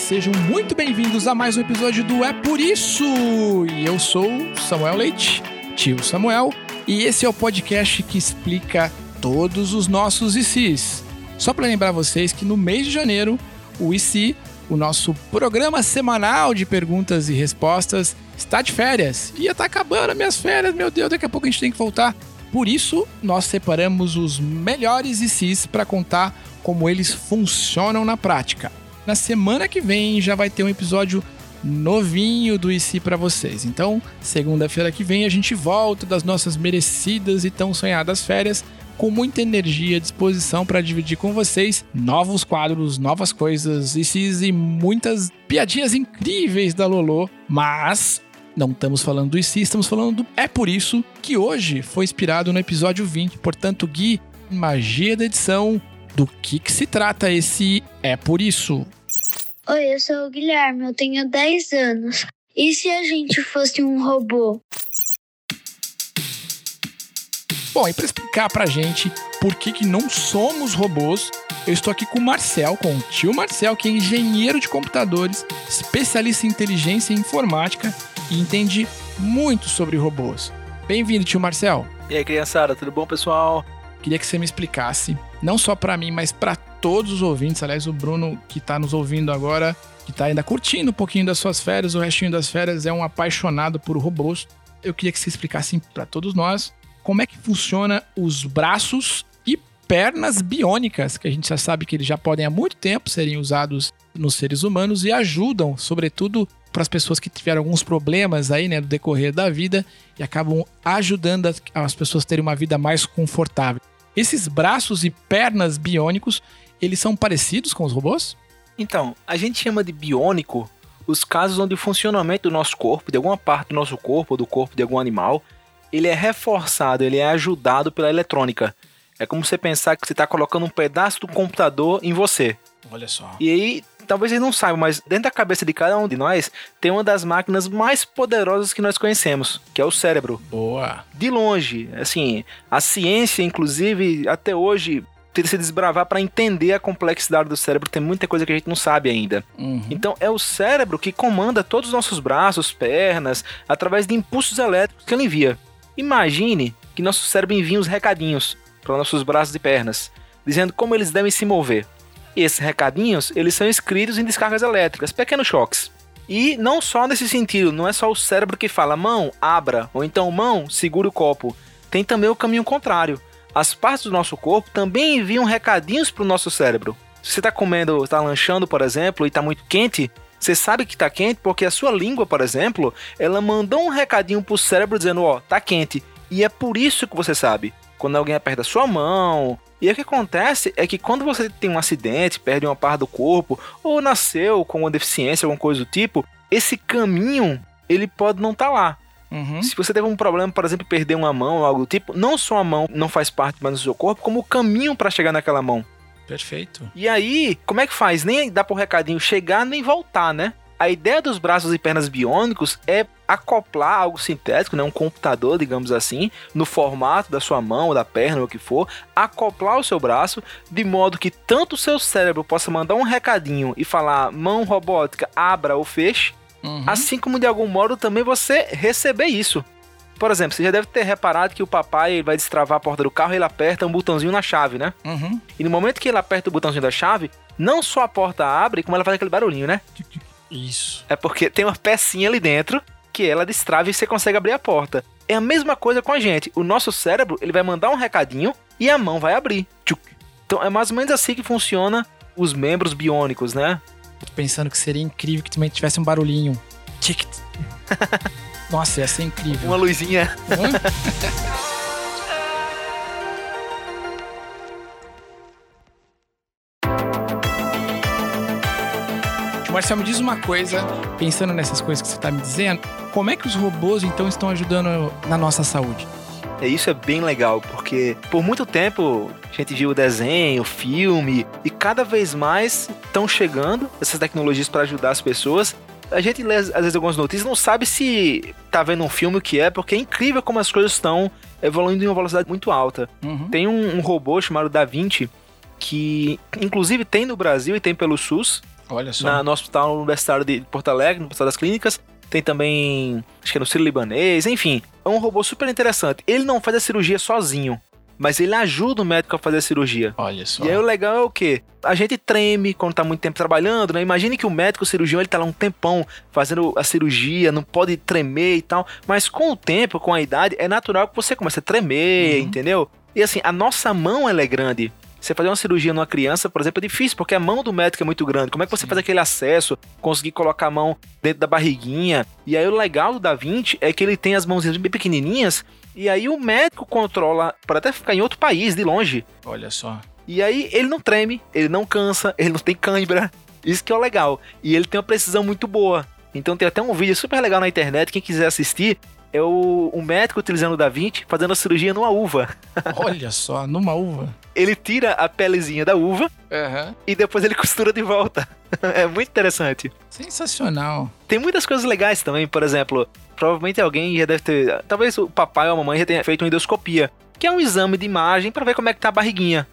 sejam muito bem-vindos a mais um episódio do É Por Isso! E eu sou Samuel Leite, tio Samuel, e esse é o podcast que explica todos os nossos ICs. Só para lembrar vocês que no mês de janeiro, o IC, o nosso programa semanal de perguntas e respostas, está de férias. Ia estar acabando as minhas férias, meu Deus, daqui a pouco a gente tem que voltar. Por isso, nós separamos os melhores ICs para contar como eles funcionam na prática. Na semana que vem já vai ter um episódio novinho do IC para vocês. Então, segunda-feira que vem a gente volta das nossas merecidas e tão sonhadas férias com muita energia e disposição para dividir com vocês novos quadros, novas coisas, ICs e muitas piadinhas incríveis da Lolo. Mas não estamos falando do IC, estamos falando do É Por Isso, que hoje foi inspirado no episódio 20. Portanto, Gui, magia da edição, do que se trata esse É Por Isso? Oi, eu sou o Guilherme, eu tenho 10 anos. E se a gente fosse um robô? Bom, e para explicar pra gente por que não somos robôs, eu estou aqui com o Marcel, com o tio Marcel, que é engenheiro de computadores, especialista em inteligência e informática e entende muito sobre robôs. Bem-vindo, tio Marcel. E aí, criançada, tudo bom, pessoal? Queria que você me explicasse, não só para mim, mas para todos os ouvintes. Aliás, o Bruno, que está nos ouvindo agora, que está ainda curtindo um pouquinho das suas férias, o restinho das férias, é um apaixonado por robôs. Eu queria que você explicasse para todos nós como é que funciona os braços e pernas biônicas, que a gente já sabe que eles já podem há muito tempo serem usados nos seres humanos e ajudam, sobretudo, para as pessoas que tiveram alguns problemas aí, né, no decorrer da vida e acabam ajudando as pessoas a terem uma vida mais confortável. Esses braços e pernas biônicos, eles são parecidos com os robôs? Então, a gente chama de biônico os casos onde o funcionamento do nosso corpo, de alguma parte do nosso corpo ou do corpo de algum animal, ele é reforçado, ele é ajudado pela eletrônica. É como você pensar que você está colocando um pedaço do computador em você. Olha só. E aí, talvez vocês não saibam, mas dentro da cabeça de cada um de nós tem uma das máquinas mais poderosas que nós conhecemos, que é o cérebro. Boa. De longe, assim, a ciência, inclusive, até hoje, tenta se desbravar para entender a complexidade do cérebro. Tem muita coisa que a gente não sabe ainda. Então, é o cérebro que comanda todos os nossos braços, pernas, através de impulsos elétricos que ele envia. Imagine que nosso cérebro envia uns recadinhos para nossos braços e pernas, dizendo como eles devem se mover. E esses recadinhos, eles são escritos em descargas elétricas, pequenos choques. E não só nesse sentido, não é só o cérebro que fala mão, abra, ou então mão, segure o copo. Tem também o caminho contrário. As partes do nosso corpo também enviam recadinhos para o nosso cérebro. Se você está comendo, está lanchando, por exemplo, e está muito quente, você sabe que está quente porque a sua língua, por exemplo, ela mandou um recadinho para o cérebro dizendo, ó, tá quente. E é por isso que você sabe. Quando alguém aperta a sua mão. E o que acontece é que quando você tem um acidente, perde uma parte do corpo, ou nasceu com uma deficiência, alguma coisa do tipo, esse caminho, ele pode não estar lá. Se você teve um problema, por exemplo, perder uma mão ou algo do tipo, não só a mão não faz parte mais do seu corpo, como o caminho para chegar naquela mão. Perfeito. E aí, como é que faz? Nem dá pro recadinho chegar, nem voltar, né? A ideia dos braços e pernas biônicos é acoplar algo sintético, né, um computador, digamos assim, no formato da sua mão, da perna, ou o que for, acoplar o seu braço, de modo que tanto o seu cérebro possa mandar um recadinho e falar mão robótica, abra ou feche, assim como de algum modo também você receber isso. Por exemplo, você já deve ter reparado que o papai vai destravar a porta do carro e ele aperta um botãozinho na chave, né? E no momento que ele aperta o botãozinho da chave, não só a porta abre, como ela faz aquele barulhinho, né? Isso. É porque tem uma pecinha ali dentro que ela destrava e você consegue abrir a porta. É a mesma coisa com a gente. O nosso cérebro, ele vai mandar um recadinho e a mão vai abrir. Então é mais ou menos assim que funciona os membros biônicos, né? Tô pensando que seria incrível que também tivesse um barulhinho. Nossa, ia ser incrível. Uma luzinha. Marcelo, me diz uma coisa, pensando nessas coisas que você está me dizendo, como é que os robôs, então, estão ajudando na nossa saúde? Isso é bem legal, porque por muito tempo a gente viu o desenho, o filme, e cada vez mais estão chegando essas tecnologias para ajudar as pessoas. A gente lê, às vezes, algumas notícias, não sabe se tá vendo um filme o que é, porque é incrível como as coisas estão evoluindo em uma velocidade muito alta. Tem um robô chamado Da Vinci, que inclusive tem no Brasil e tem pelo SUS. Olha só. No Hospital Universitário de Porto Alegre, no Hospital das Clínicas. Tem também, acho que é no Sírio-Libanês, enfim. É um robô super interessante. Ele não faz a cirurgia sozinho, mas ele ajuda o médico a fazer a cirurgia. Olha só. E aí o legal é o quê? A gente treme quando tá muito tempo trabalhando, né? Imagine que o médico, o cirurgião, ele tá lá um tempão fazendo a cirurgia, não pode tremer e tal. Mas com o tempo, com a idade, é natural que você comece a tremer, entendeu? E assim, a nossa mão, ela é grande. Você fazer uma cirurgia numa criança, por exemplo, é difícil, porque a mão do médico é muito grande. Como é que você faz aquele acesso, conseguir colocar a mão dentro da barriguinha? E aí o legal do Da Vinci é que ele tem as mãozinhas bem pequenininhas, e aí o médico controla, para até ficar em outro país, de longe. Olha só. E aí ele não treme, ele não cansa, ele não tem cãibra. Isso que é o legal. E ele tem uma precisão muito boa. Então tem até um vídeo super legal na internet, quem quiser assistir, é o médico utilizando o Da Vinci fazendo a cirurgia numa uva. Olha só, numa uva. Ele tira a pelezinha da uva e depois ele costura de volta. É muito interessante. Sensacional. Tem muitas coisas legais também, por exemplo, provavelmente alguém já deve ter, talvez o papai ou a mamãe já tenha feito uma endoscopia, que é um exame de imagem para ver como é que tá a barriguinha.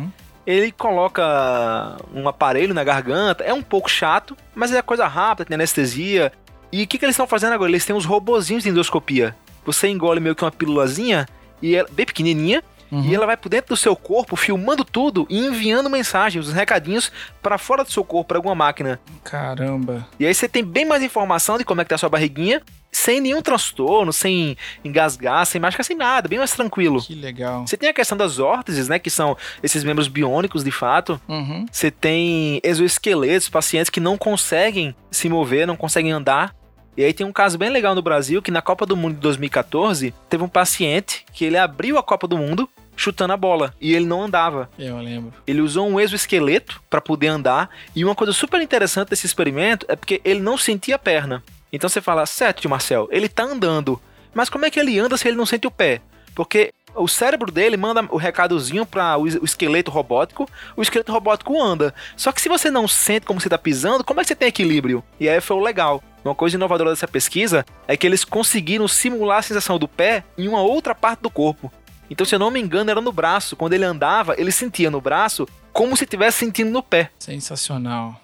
Ele coloca um aparelho na garganta, é um pouco chato, mas é coisa rápida, tem anestesia. E o que eles estão fazendo agora? Eles têm uns robozinhos de endoscopia. Você engole meio que uma pílulazinha, e ela, bem pequenininha, e ela vai por dentro do seu corpo, filmando tudo e enviando mensagens, os recadinhos para fora do seu corpo, para alguma máquina. Caramba. E aí você tem bem mais informação de como é que tá a sua barriguinha, sem nenhum transtorno, sem engasgar, sem machucar, sem nada, bem mais tranquilo. Que legal. Você tem a questão das órteses, né, que são esses membros biônicos de fato. Você tem exoesqueletos, pacientes que não conseguem se mover, não conseguem andar. E aí tem um caso bem legal no Brasil, que na Copa do Mundo de 2014, teve um paciente que ele abriu a Copa do Mundo chutando a bola, e ele não andava. Eu lembro. Ele usou um exoesqueleto para poder andar, e uma coisa super interessante desse experimento é porque ele não sentia a perna. Então você fala, certo, tio Marcel, ele tá andando, mas como é que ele anda se ele não sente o pé? Porque o cérebro dele manda o recadozinho para o esqueleto robótico anda. Só que se você não sente como você tá pisando, como é que você tem equilíbrio? E aí foi o legal. Uma coisa inovadora dessa pesquisa é que eles conseguiram simular a sensação do pé em uma outra parte do corpo. Então, se eu não me engano, era no braço. Quando ele andava, ele sentia no braço como se estivesse sentindo no pé. Sensacional.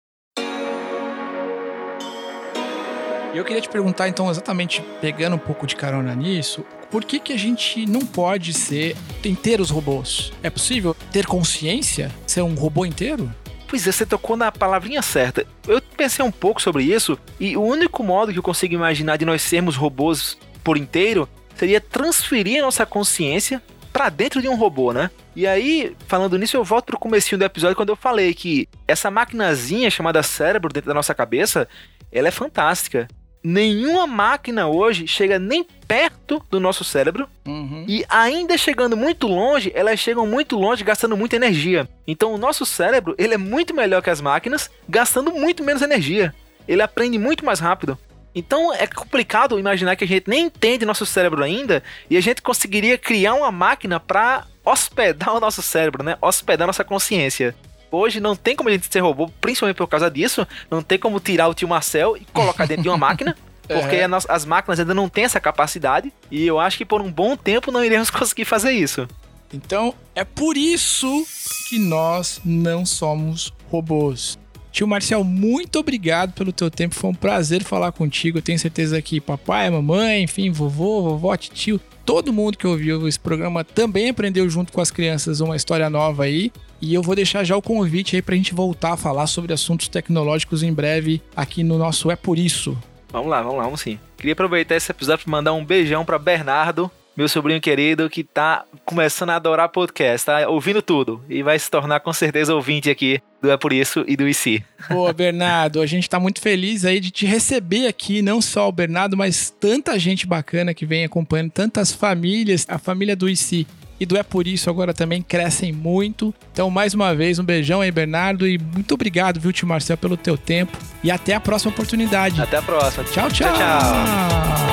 E eu queria te perguntar, então, exatamente pegando um pouco de carona nisso, por que a gente não pode ser inteiros robôs? É possível ter consciência? Ser um robô inteiro? Pois é, você tocou na palavrinha certa. Eu pensei um pouco sobre isso, e o único modo que eu consigo imaginar de nós sermos robôs por inteiro seria transferir a nossa consciência pra dentro de um robô, né? E aí, falando nisso, eu volto pro comecinho do episódio quando eu falei que essa maquinazinha chamada cérebro dentro da nossa cabeça, ela é fantástica. Nenhuma máquina hoje chega nem perto do nosso cérebro, e ainda chegando muito longe, elas chegam muito longe gastando muita energia. Então o nosso cérebro, ele é muito melhor que as máquinas, gastando muito menos energia. Ele aprende muito mais rápido. Então é complicado imaginar que a gente nem entende nosso cérebro ainda, e a gente conseguiria criar uma máquina para hospedar o nosso cérebro, né? Hospedar nossa consciência. Hoje não tem como a gente ser robô, principalmente por causa disso. Não tem como tirar o tio Marcel e colocar dentro de uma máquina, porque as máquinas ainda não têm essa capacidade, e eu acho que por um bom tempo não iremos conseguir fazer isso. Então é por isso que nós não somos robôs. Tio Marcel, muito obrigado pelo teu tempo, foi um prazer falar contigo. Eu tenho certeza que papai, mamãe, enfim, vovó, tio, todo mundo que ouviu esse programa também aprendeu junto com as crianças uma história nova aí. E eu vou deixar já o convite aí pra gente voltar a falar sobre assuntos tecnológicos em breve aqui no nosso É Por Isso. Vamos lá, vamos sim. Queria aproveitar esse episódio para mandar um beijão para Bernardo, meu sobrinho querido, que tá começando a adorar podcast, tá ouvindo tudo e vai se tornar com certeza ouvinte aqui do É Por Isso e do IC. Boa, Bernardo, a gente tá muito feliz aí de te receber aqui, não só o Bernardo, mas tanta gente bacana que vem acompanhando, tantas famílias, a família do IC e do É Por Isso agora também crescem muito. Então, mais uma vez, um beijão aí, Bernardo, e muito obrigado, viu, tio Marcel, pelo teu tempo, e até a próxima oportunidade. Até a próxima. Tchau, tchau. Tchau, tchau.